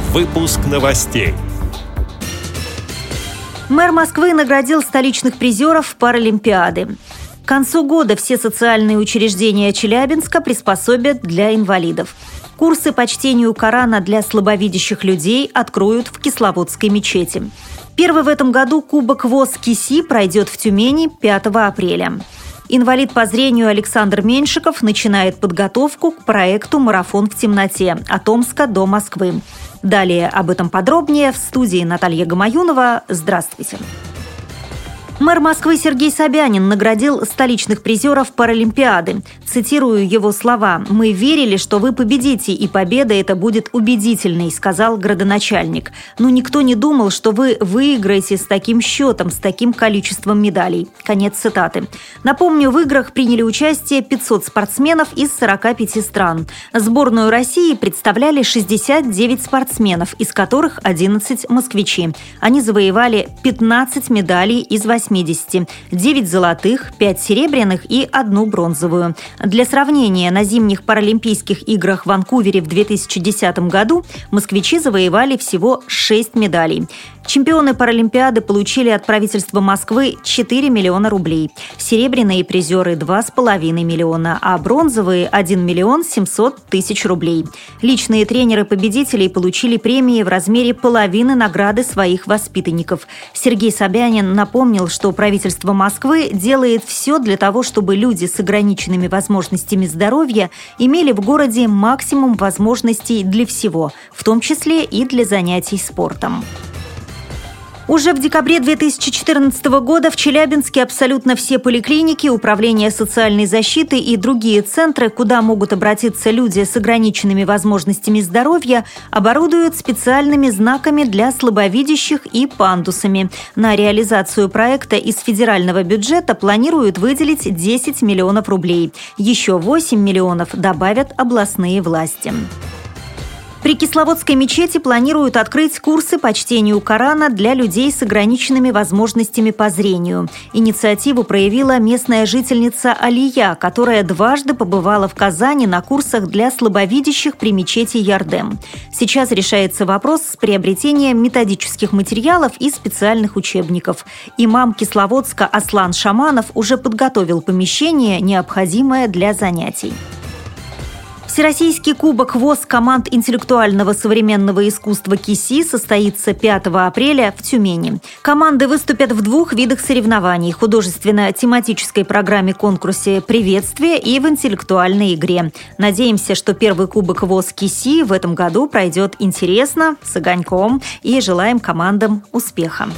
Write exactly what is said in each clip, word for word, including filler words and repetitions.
Выпуск новостей. Мэр Москвы наградил столичных призеров Паралимпиады. К концу года все социальные учреждения Челябинска приспособят для инвалидов. Курсы по чтению Корана для слабовидящих людей откроют в Кисловодской мечети. Первый в этом году Кубок ВОС КИСИ пройдет в Тюмени пятого апреля. Инвалид по зрению Александр Меньшиков начинает подготовку к проекту «Марафон в темноте» от Омска до Москвы. Далее об этом подробнее в студии Наталья Гамаюнова. Здравствуйте. Мэр Москвы Сергей Собянин наградил столичных призеров Паралимпиады. Цитирую его слова: «Мы верили, что вы победите, и победа эта будет убедительной», — сказал градоначальник. «Но никто не думал, что вы выиграете с таким счетом, с таким количеством медалей». Конец цитаты. Напомню, в играх приняли участие пятьсот спортсменов из сорока пяти стран. Сборную России представляли шестьдесят девять спортсменов, из которых одиннадцать москвичи. Они завоевали пятнадцать медалей из восьмидесяти. девять золотых, пять серебряных и одну бронзовую. Для сравнения, на зимних Паралимпийских играх в Ванкувере в две тысячи десятом году москвичи завоевали всего шесть медалей. Чемпионы Паралимпиады получили от правительства Москвы четыре миллиона рублей. Серебряные призеры – два с половиной миллиона, а бронзовые – один миллион семьсот тысяч рублей. Личные тренеры победителей получили премии в размере половины награды своих воспитанников. Сергей Собянин напомнил, что правительство Москвы делает все для того, чтобы люди с ограниченными возможностями здоровья имели в городе максимум возможностей для всего, в том числе и для занятий спортом. Уже в декабре две тысячи четырнадцатого года в Челябинске абсолютно все поликлиники, управления социальной защиты и другие центры, куда могут обратиться люди с ограниченными возможностями здоровья, оборудуют специальными знаками для слабовидящих и пандусами. На реализацию проекта из федерального бюджета планируют выделить десять миллионов рублей. Еще восемь миллионов добавят областные власти. При Кисловодской мечети планируют открыть курсы по чтению Корана для людей с ограниченными возможностями по зрению. Инициативу проявила местная жительница Алия, которая дважды побывала в Казани на курсах для слабовидящих при мечети Ярдем. Сейчас решается вопрос с приобретением методических материалов и специальных учебников. Имам Кисловодска Аслан Шаманов уже подготовил помещение, необходимое для занятий. Всероссийский кубок ВОС команд интеллектуального современного искусства КИСИ состоится пятого апреля в Тюмени. Команды выступят в двух видах соревнований – художественно-тематической программе-конкурсе «Приветствие» и в интеллектуальной игре. Надеемся, что первый кубок ВОС КИСИ в этом году пройдет интересно, с огоньком, и желаем командам успеха.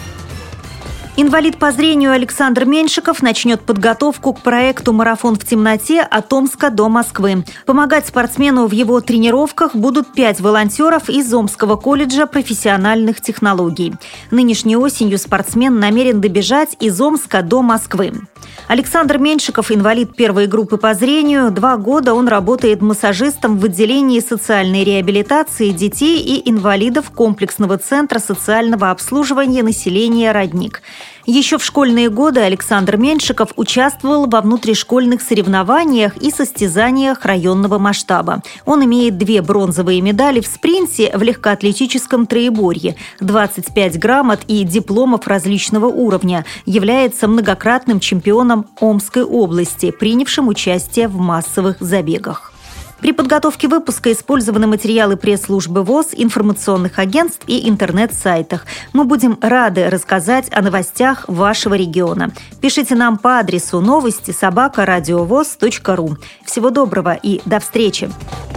Инвалид по зрению Александр Меньшиков начнет подготовку к проекту «Марафон в темноте» от Омска до Москвы. Помогать спортсмену в его тренировках будут пять волонтеров из Омского колледжа профессиональных технологий. Нынешней осенью спортсмен намерен добежать из Омска до Москвы. Александр Меньшиков – инвалид первой группы по зрению. Два года он работает массажистом в отделении социальной реабилитации детей и инвалидов комплексного центра социального обслуживания населения «Родник». Еще в школьные годы Александр Меньшиков участвовал во внутришкольных соревнованиях и состязаниях районного масштаба. Он имеет две бронзовые медали в спринте в легкоатлетическом троеборье, двадцать пять грамот и дипломов различного уровня, является многократным чемпионом Омской области, принявшим участие в массовых забегах. При подготовке выпуска использованы материалы пресс-службы ВОС, информационных агентств и интернет-сайтах. Мы будем рады рассказать о новостях вашего региона. Пишите нам по адресу новости собака радиовос точка ру. Всего доброго и до встречи!